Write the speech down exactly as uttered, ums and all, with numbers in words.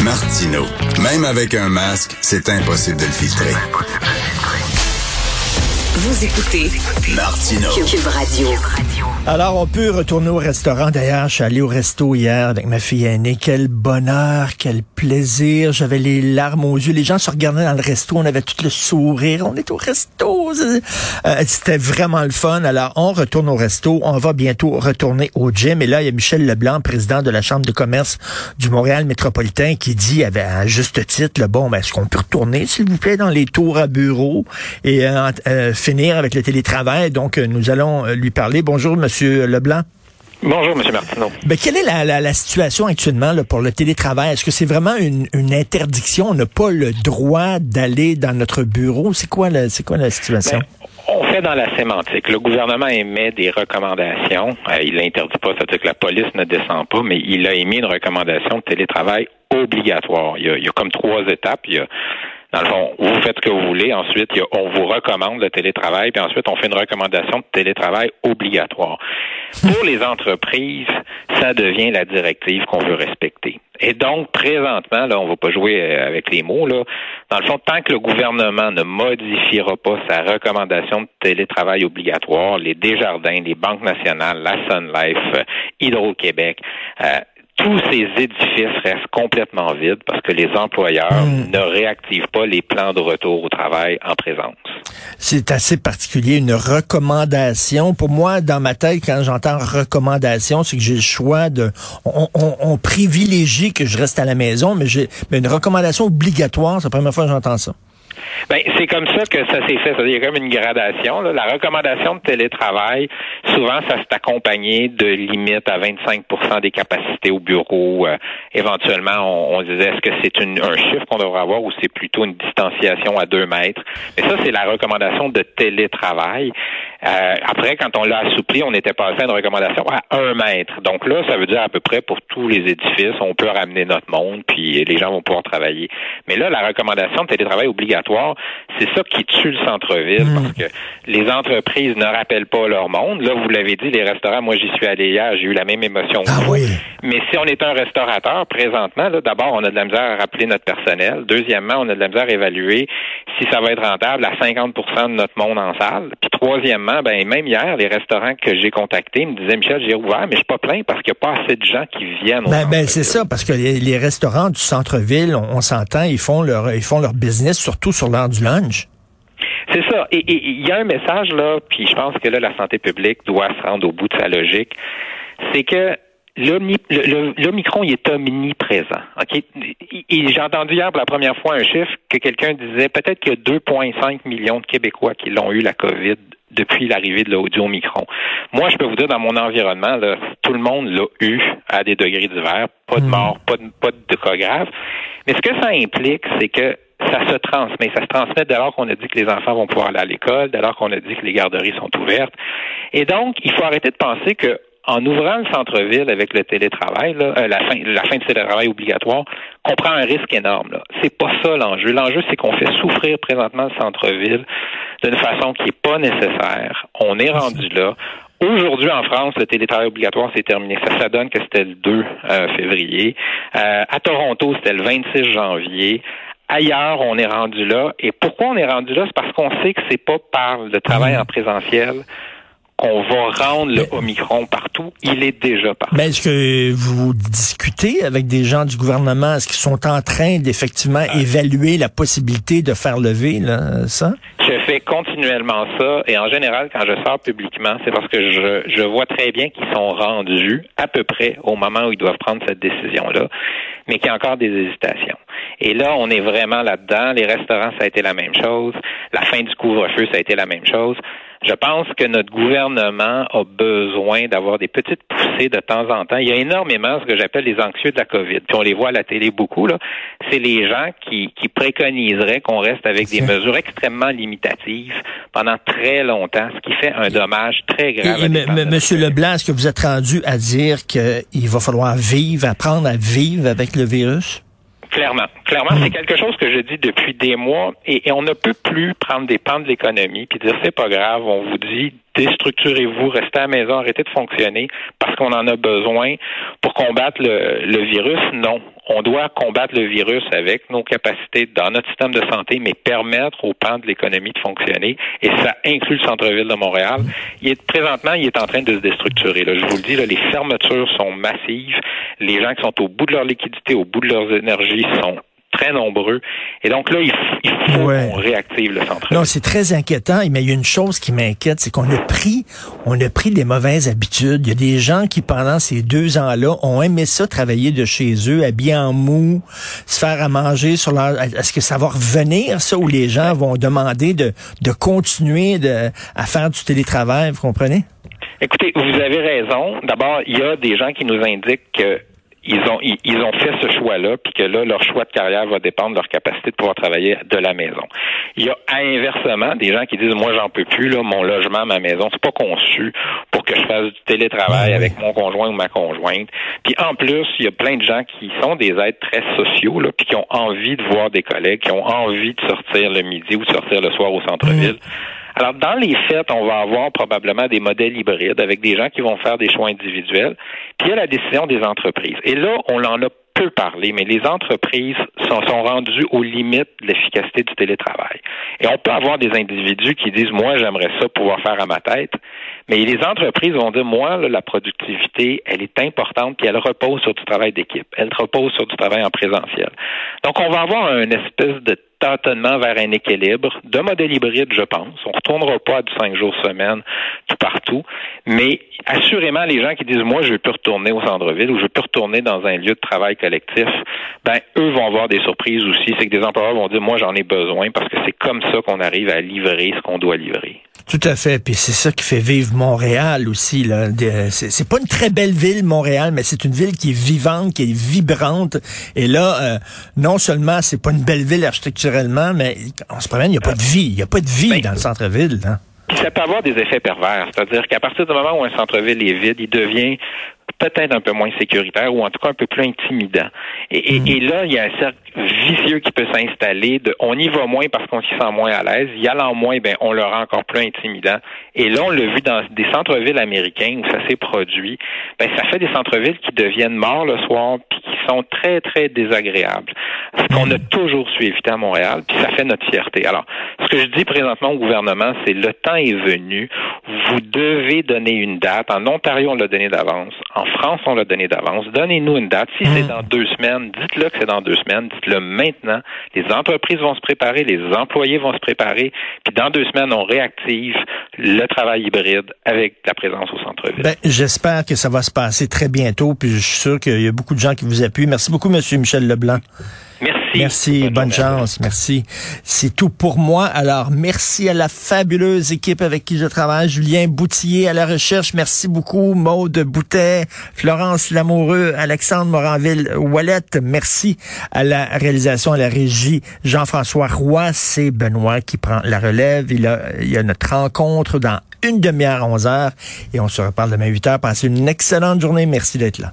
Martineau. Même avec un masque, c'est impossible de le filtrer. Vous écoutez Martineau. Cube Radio. Alors, on peut retourner au restaurant. D'ailleurs, je suis allé au resto hier avec ma fille aînée. Quel bonheur, quel plaisir. J'avais les larmes aux yeux. Les gens se regardaient dans le resto. On avait tout le sourire. On est au resto. Euh, c'était vraiment le fun. Alors, on retourne au resto. On va bientôt retourner au gym. Et là, il y a Michel Leblanc, président de la Chambre de commerce du Montréal métropolitain, qui dit, avec, à juste titre, le bon, ben, est-ce qu'on peut retourner, s'il vous plaît, dans les tours à bureau et euh, euh, finir avec le télétravail? Donc, euh, nous allons euh, lui parler. Bonjour, Monsieur Leblanc. Bonjour, M. Martineau. Ben, quelle est la, la, la situation actuellement là, pour le télétravail? Est-ce que c'est vraiment une, une interdiction? On n'a pas le droit d'aller dans notre bureau? C'est quoi la, c'est quoi la situation? Ben, on fait dans la sémantique. Le gouvernement émet des recommandations. Euh, il l'interdit pas, c'est-à-dire que la police ne descend pas, mais il a émis une recommandation de télétravail obligatoire. Il y a, il y a comme trois étapes. Il y a Dans le fond, vous faites ce que vous voulez. Ensuite, il y a, on vous recommande le télétravail. Puis ensuite, on fait une recommandation de télétravail obligatoire. Pour les entreprises, ça devient la directive qu'on veut respecter. Et donc, présentement, là, on va pas jouer avec les mots, là. Dans le fond, tant que le gouvernement ne modifiera pas sa recommandation de télétravail obligatoire, les Desjardins, les Banques nationales, la Sun Life, Hydro-Québec, euh, tous ces édifices restent complètement vides parce que les employeurs mmh. ne réactivent pas les plans de retour au travail en présence. C'est assez particulier, une recommandation. Pour moi, dans ma tête, quand j'entends recommandation, c'est que j'ai le choix de... On, on, on privilégie que je reste à la maison, mais j'ai mais une recommandation obligatoire, c'est la première fois que j'entends ça. Ben, c'est comme ça que ça s'est fait. C'est-à-dire, il y a comme une gradation, là. La recommandation de télétravail, souvent, ça s'est accompagné de limites à vingt-cinq pour cent des capacités au bureau. Euh, éventuellement, on, on disait, est-ce que c'est une, un chiffre qu'on devrait avoir ou c'est plutôt une distanciation à deux mètres? Mais ça, c'est la recommandation de télétravail. Euh, après, quand on l'a assoupli, on était passé à une recommandation à un mètre. Donc là, ça veut dire à peu près pour tous les édifices, on peut ramener notre monde, puis les gens vont pouvoir travailler. Mais là, la recommandation de télétravail obligatoire, c'est ça qui tue le centre-ville, mmh. parce que les entreprises ne rappellent pas leur monde. Là, vous l'avez dit, les restaurants, moi j'y suis allé hier, j'ai eu la même émotion que ah, vous. Oui. Mais si on est un restaurateur, présentement, là, d'abord, on a de la misère à rappeler notre personnel. Deuxièmement, on a de la misère à évaluer si ça va être rentable à cinquante pour cent de notre monde en salle. Puis troisièmement, ben même hier, les restaurants que j'ai contactés me disaient, Michel, j'ai ouvert, mais je suis pas plein parce qu'il n'y a pas assez de gens qui viennent au ben, centre-ville. Ben, c'est ça, parce que les, les restaurants du centre-ville, on, on s'entend, ils font leur ils font leur business, surtout sur l'heure du lunch. C'est ça. Et il y a un message, là, puis je pense que là, la santé publique doit se rendre au bout de sa logique. C'est que l'Omicron, il est omniprésent. OK? Et j'ai entendu hier pour la première fois un chiffre que quelqu'un disait peut-être qu'il y a deux virgule cinq millions de Québécois qui l'ont eu, la COVID, depuis l'arrivée de du Omicron. Moi, je peux vous dire, dans mon environnement, là, tout le monde l'a eu à des degrés divers. Pas de mort, pas de, pas de cas graves. Mais ce que ça implique, c'est que ça se transmet. Ça se transmet dès lors qu'on a dit que les enfants vont pouvoir aller à l'école, dès lors qu'on a dit que les garderies sont ouvertes. Et donc, il faut arrêter de penser que en ouvrant le centre-ville avec le télétravail, là, euh, la fin, la fin du télétravail obligatoire, qu'on prend un risque énorme. Là. C'est pas ça l'enjeu. L'enjeu, c'est qu'on fait souffrir présentement le centre-ville d'une façon qui est pas nécessaire. On est rendu là. Aujourd'hui, en France, le télétravail obligatoire, c'est terminé. Ça, ça donne que c'était le deux euh, février. Euh, à Toronto, c'était le vingt-six janvier. Ailleurs, on est rendu là. Et pourquoi on est rendu là? C'est parce qu'on sait que c'est pas par le travail en présentiel qu'on va rendre le Omicron partout. Il est déjà partout. Mais est-ce que vous discutez avec des gens du gouvernement? Est-ce qu'ils sont en train d'effectivement euh, évaluer la possibilité de faire lever là, ça? Je fais continuellement ça. Et en général, quand je sors publiquement, c'est parce que je, je vois très bien qu'ils sont rendus à peu près au moment où ils doivent prendre cette décision-là, mais qu'il y a encore des hésitations. Et là, on est vraiment là-dedans. Les restaurants, ça a été la même chose. La fin du couvre-feu, ça a été la même chose. Je pense que notre gouvernement a besoin d'avoir des petites poussées de temps en temps. Il y a énormément ce que j'appelle les anxieux de la COVID. Puis on les voit à la télé beaucoup, là. C'est les gens qui, qui préconiseraient qu'on reste avec des mesures extrêmement limitatives pendant très longtemps, ce qui fait un dommage très grave. Et, et m- m- Monsieur Leblanc, est-ce que vous êtes rendu à dire qu'il va falloir vivre, apprendre à vivre avec le virus? Clairement. Clairement, c'est quelque chose que je dis depuis des mois et, et on ne peut plus prendre des pans de l'économie puis dire c'est pas grave, on vous dit déstructurez-vous, restez à la maison, arrêtez de fonctionner parce qu'on en a besoin pour combattre le, le virus. Non. On doit combattre le virus avec nos capacités dans notre système de santé, mais permettre aux pans de l'économie de fonctionner. Et ça inclut le centre-ville de Montréal. Il est, présentement, il est en train de se déstructurer. Là. Je vous le dis, là, les fermetures sont massives. Les gens qui sont au bout de leur liquidité, au bout de leurs énergies sont très nombreux. Et donc là, il faut, il faut ouais. qu'on réactive le centre-ville. Non, c'est très inquiétant. Mais il y a une chose qui m'inquiète, c'est qu'on a pris, on a pris des mauvaises habitudes. Il y a des gens qui, pendant ces deux ans-là, ont aimé ça, travailler de chez eux, habillés en mou, se faire à manger sur leur... Est-ce que ça va revenir, ça, où les gens vont demander de, de continuer de, à faire du télétravail, vous comprenez? Écoutez, vous avez raison. D'abord, il y a des gens qui nous indiquent que Ils ont ils, ils ont fait ce choix-là, puis que là, leur choix de carrière va dépendre de leur capacité de pouvoir travailler de la maison. Il y a, à inversement, des gens qui disent, moi, j'en peux plus, là, mon logement, ma maison, c'est pas conçu pour que je fasse du télétravail avec mon conjoint ou ma conjointe. Puis en plus, il y a plein de gens qui sont des êtres très sociaux, là, puis qui ont envie de voir des collègues, qui ont envie de sortir le midi ou de sortir le soir au centre-ville. Alors, dans les faits, on va avoir probablement des modèles hybrides avec des gens qui vont faire des choix individuels. Puis il y a la décision des entreprises. Et là, on en a peu parlé, mais les entreprises sont, sont rendues aux limites de l'efficacité du télétravail. Et on peut avoir des individus qui disent, moi, j'aimerais ça pouvoir faire à ma tête. Mais les entreprises vont dire, moi, là, la productivité, elle est importante, puis elle repose sur du travail d'équipe. Elle repose sur du travail en présentiel. Donc, on va avoir une espèce de tâtonnement vers un équilibre de modèle hybride, je pense. On ne retournera pas à du cinq jours semaine tout partout, mais assurément, les gens qui disent, moi, je ne veux plus retourner au centre-ville ou je ne veux plus retourner dans un lieu de travail collectif, ben, eux vont avoir des surprises aussi. C'est que des employeurs vont dire, moi, j'en ai besoin parce que c'est comme ça qu'on arrive à livrer ce qu'on doit livrer. Tout à fait. Puis c'est ça qui fait vivre Montréal aussi, là. C'est, c'est pas une très belle ville, Montréal, mais c'est une ville qui est vivante, qui est vibrante. Et là, euh, non seulement c'est pas une belle ville architecturellement, mais on se promène, il n'y a pas de vie. Il n'y a pas de vie ben, dans le centre-ville, hein. Puis ça peut avoir des effets pervers. C'est-à-dire qu'à partir du moment où un centre-ville est vide, il devient peut-être un peu moins sécuritaire ou en tout cas un peu plus intimidant. Et, et, mmh. et là, il y a un cercle vicieux qui peut s'installer de on y va moins parce qu'on s'y sent moins à l'aise, y allant moins, ben on le rend encore plus intimidant. Et là, on l'a vu dans des centres-villes américains où ça s'est produit, ben ça fait des centres-villes qui deviennent morts le soir puis qui sont très, très désagréables. Ce qu'on a toujours su éviter à Montréal, puis ça fait notre fierté. Alors, ce que je dis présentement au gouvernement, c'est le temps est venu, vous devez donner une date. En Ontario, on l'a donné d'avance. En France, on l'a donné d'avance. Donnez-nous une date. Si mmh. c'est dans deux semaines, dites-le que c'est dans deux semaines. Dites-le maintenant. Les entreprises vont se préparer, les employés vont se préparer. Puis dans deux semaines, on réactive le travail hybride avec la présence au centre-ville. Ben, j'espère que ça va se passer très bientôt. Puis je suis sûr qu'il y a beaucoup de gens qui vous appuient. Merci beaucoup, M. Michel Leblanc. Merci. Merci, bonne, bonne chance, merci. C'est tout pour moi. Alors, merci à la fabuleuse équipe avec qui je travaille. Julien Boutillier à la recherche, merci beaucoup. Maude Boutet, Florence Lamoureux, Alexandre Moranville-Wallet, merci à la réalisation, à la régie. Jean-François Roy, c'est Benoît qui prend la relève. Il, a, il y a notre rencontre dans une demi-heure, onze heures, et on se reparle demain huit heures. Passez une excellente journée. Merci d'être là.